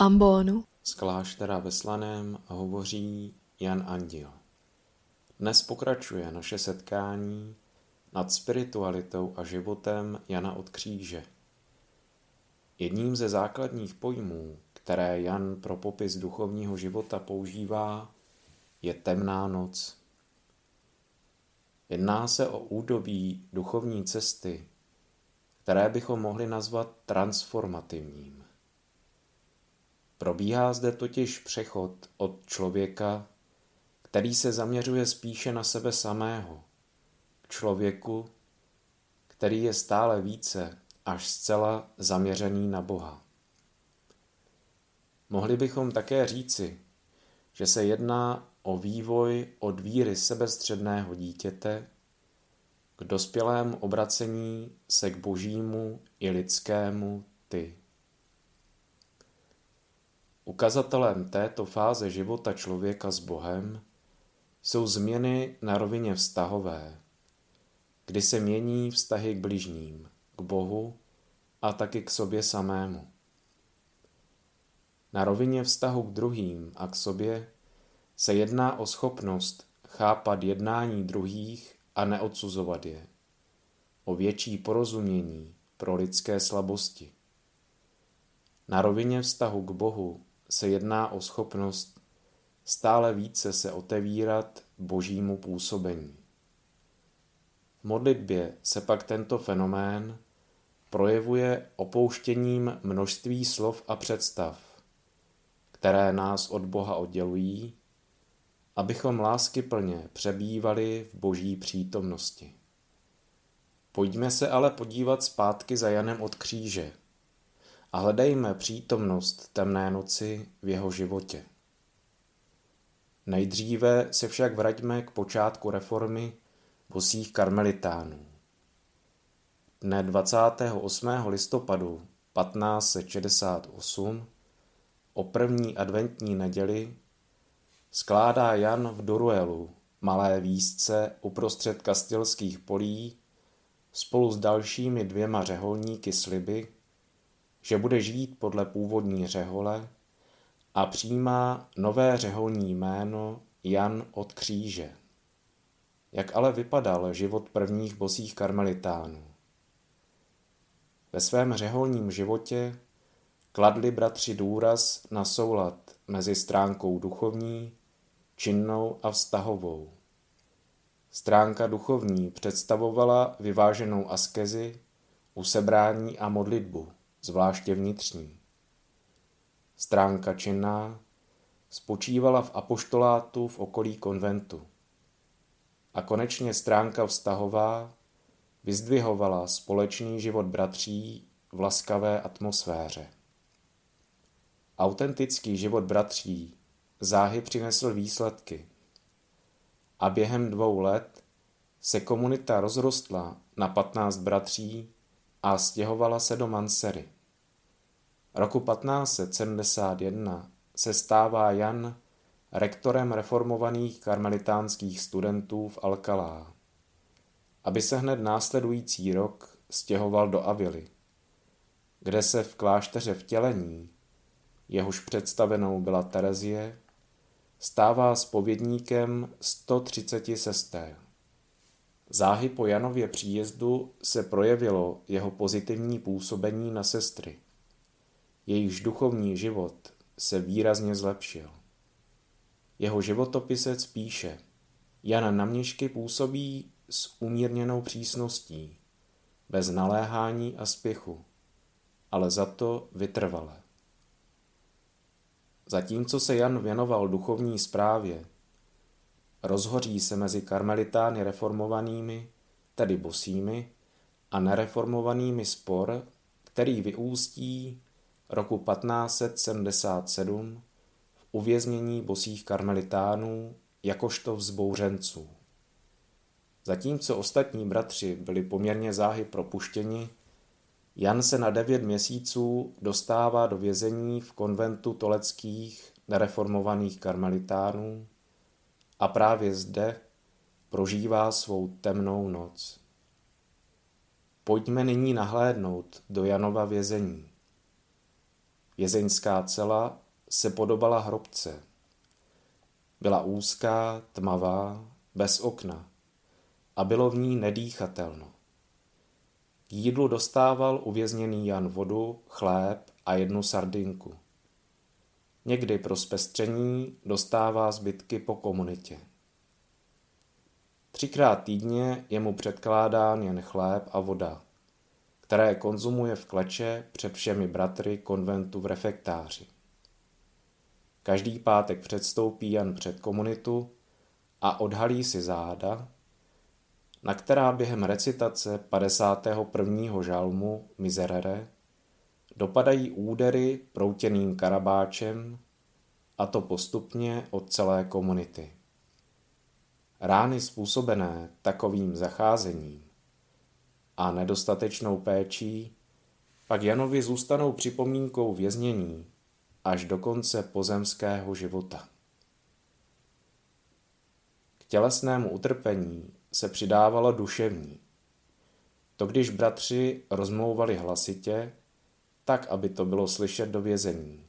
ambonu. Z kláštera ve Slaném hovoří Jan Andíl. Dnes pokračuje naše setkání nad spiritualitou a životem Jana od Kříže. Jedním ze základních pojmů, které Jan pro popis duchovního života používá, je temná noc. Jedná se o údobí duchovní cesty, které bychom mohli nazvat transformativním. Probíhá zde totiž přechod od člověka, který se zaměřuje spíše na sebe samého, k člověku, který je stále více až zcela zaměřený na Boha. Mohli bychom také říci, že se jedná o vývoj od víry sebestředného dítěte k dospělému obracení se k božímu i lidskému ty. Ukazatelem této fáze života člověka s Bohem jsou změny na rovině vztahové, kdy se mění vztahy k bližním, k Bohu a taky k sobě samému. Na rovině vztahu k druhým a k sobě se jedná o schopnost chápat jednání druhých a neodsuzovat je, o větší porozumění pro lidské slabosti. Na rovině vztahu k Bohu se jedná o schopnost stále více se otevírat božímu působení. V modlitbě se pak tento fenomén projevuje opouštěním množství slov a představ, které nás od Boha oddělují, abychom láskyplně přebývali v boží přítomnosti. Pojďme se ale podívat zpátky za Janem od Kříže a hledejme přítomnost temné noci v jeho životě. Nejdříve se však vraťme k počátku reformy bosých karmelitánů. Dne 28. listopadu 1568 o první adventní neděli skládá Jan v Duruelu, malé vísce uprostřed kastilských polí, spolu s dalšími 2 řeholníky sliby, že bude žít podle původní řehole a přijímá nové řeholní jméno Jan od Kříže. Jak ale vypadal život prvních bosých karmelitánů? Ve svém řeholním životě kladli bratři důraz na soulad mezi stránkou duchovní, činnou a vztahovou. Stránka duchovní představovala vyváženou askezi, usebrání a modlitbu, zvláště vnitřní. Stránka činná spočívala v apoštolátu v okolí konventu. A konečně stránka vztahová vyzdvihovala společný život bratří v laskavé atmosféře. Autentický život bratří záhy přinesl výsledky a během 2 let se komunita rozrostla na 15 bratří a stěhovala se do Mansery. Roku 1571 se stává Jan rektorem reformovaných karmelitánských studentů v Alcalá, aby se hned následující rok stěhoval do Avily, kde se v klášteře Vtělení, jehož představenou byla Terezie, stává zpovědníkem 130 sester. Záhy po Janově příjezdu se projevilo jeho pozitivní působení na sestry. Jejichž duchovní život se výrazně zlepšil. Jeho životopisec píše: Jan na měšky působí s umírněnou přísností, bez naléhání a spěchu, ale za to vytrvale. Zatímco se Jan věnoval duchovní správě, rozhoří se mezi karmelitány reformovanými, tedy bosými, a nereformovanými spor, který vyústí roku 1577 v uvěznění bosých karmelitánů jakožto vzbouřenců. Zatímco ostatní bratři byli poměrně záhy propuštěni, Jan se na 9 měsíců dostává do vězení v konventu toleckých nereformovaných karmelitánů a právě zde prožívá svou temnou noc. Pojďme nyní nahlédnout do Janova vězení. Vězeňská cela se podobala hrobce. Byla úzká, tmavá, bez okna a bylo v ní nedýchatelno. K jídlu dostával uvězněný Jan vodu, chléb a jednu sardinku. Někdy pro zpestření dostává zbytky po komunitě. 3krát týdně je mu předkládán jen chléb a voda, které konzumuje v kleče před všemi bratry konventu v refektáři. Každý pátek předstoupí Jan před komunitu a odhalí si záda, na která během recitace 51. žalmu Miserere dopadají údery proutěným karabáčem, a to postupně od celé komunity. Rány způsobené takovým zacházením a nedostatečnou péčí pak Janovi zůstanou připomínkou věznění až do konce pozemského života. K tělesnému utrpení se přidávalo duševní. To když bratři rozmlouvali hlasitě, tak aby to bylo slyšet do vězení.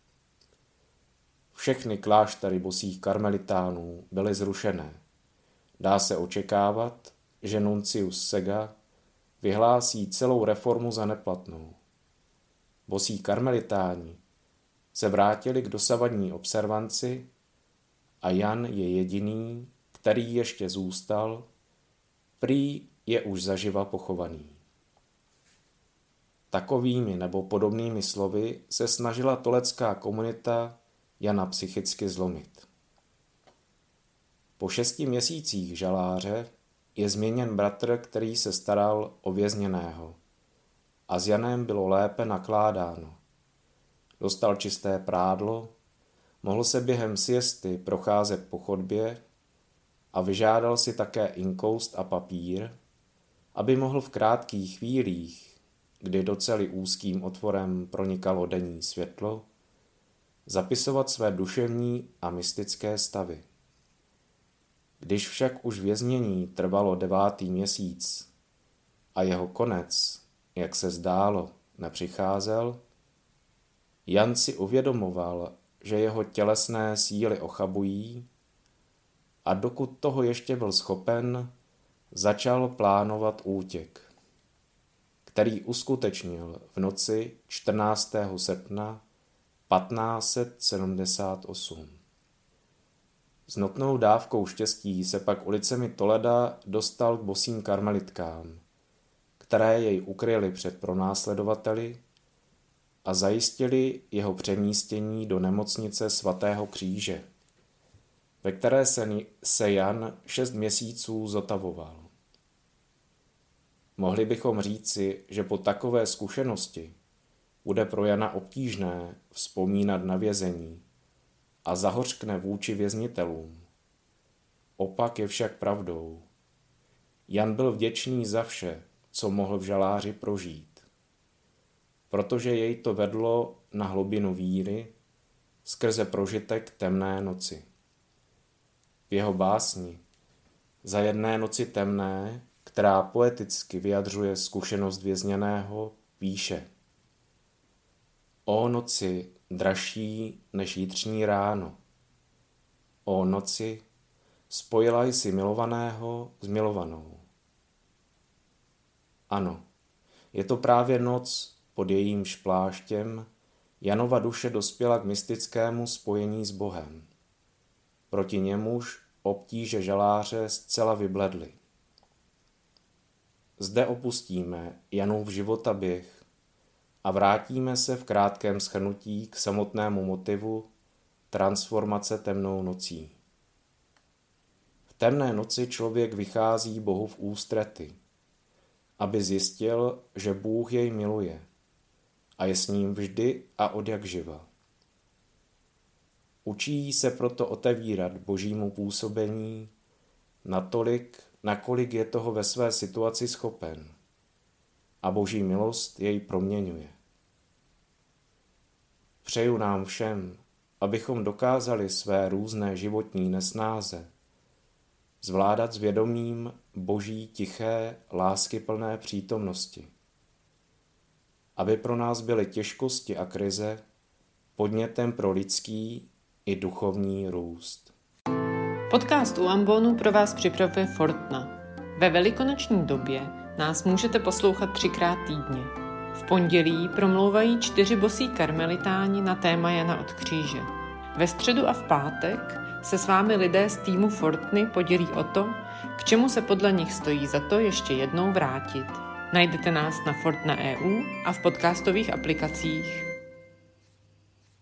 Všechny kláštery bosých karmelitánů byly zrušené. Dá se očekávat, že nuncius Sega vyhlásí celou reformu za neplatnou. Bosí karmelitáni se vrátili k dosavadní observanci a Jan je jediný, který ještě zůstal, prý je už zaživa pochovaný. Takovými nebo podobnými slovy se snažila tolecká komunita Jana psychicky zlomit. Po 6 měsících žaláře je změněn bratr, který se staral o vězněného, a s Janem bylo lépe nakládáno. Dostal čisté prádlo, mohl se během siesty procházet po chodbě a vyžádal si také inkoust a papír, aby mohl v krátkých chvílích, kdy do cely úzkým otvorem pronikalo denní světlo, zapisovat své duševní a mystické stavy. Když však už věznění trvalo 9. měsíc a jeho konec, jak se zdálo, nepřicházel, Jan si uvědomoval, že jeho tělesné síly ochabují a dokud toho ještě byl schopen, začal plánovat útěk, který uskutečnil v noci 14. srpna 1578. S notnou dávkou štěstí se pak ulicemi Toleda dostal k bosým karmelitkám, které jej ukryly před pronásledovateli a zajistili jeho přemístění do nemocnice svatého Kříže, ve které se Jan 6 měsíců zotavoval. Mohli bychom říci, že po takové zkušenosti bude pro Jana obtížné vzpomínat na vězení a zahořkne vůči věznitelům. Opak je však pravdou. Jan byl vděčný za vše, co mohl v žaláři prožít, protože jej to vedlo na hlubinu víry skrze prožitek temné noci. V jeho básni Za jedné noci temné, která poeticky vyjadřuje zkušenost vězněného, píše: O noci dražší než jitřní ráno, o noci spojila jsi milovaného s milovanou. Ano, je to právě noc, pod jejímž pláštěm Janova duše dospěla k mystickému spojení s Bohem. Proti němuž obtíže žaláře zcela vybledly. Zde opustíme Janův životaběh a vrátíme se v krátkém shrnutí k samotnému motivu transformace temnou nocí. V temné noci člověk vychází Bohu v ústrety, aby zjistil, že Bůh jej miluje a je s ním vždy a odjakživa. Učí se proto otevírat Božímu působení natolik, nakolik je toho ve své situaci schopen, a Boží milost jej proměňuje. Přeju nám všem, abychom dokázali své různé životní nesnáze zvládat s vědomím Boží tiché, láskyplné přítomnosti. Aby pro nás byly těžkosti a krize podnětem pro lidský i duchovní růst. Podcast u Ambonu pro vás připravuje Fortna. Ve velikonoční době nás můžete poslouchat 3krát týdně. V pondělí promlouvají 4 bosí karmelitáni na téma Jana od kříže. Ve středu a v pátek se s vámi lidé z týmu Fortny podělí o to, k čemu se podle nich stojí za to ještě jednou vrátit. Najdete nás na Fortna.eu a v podcastových aplikacích.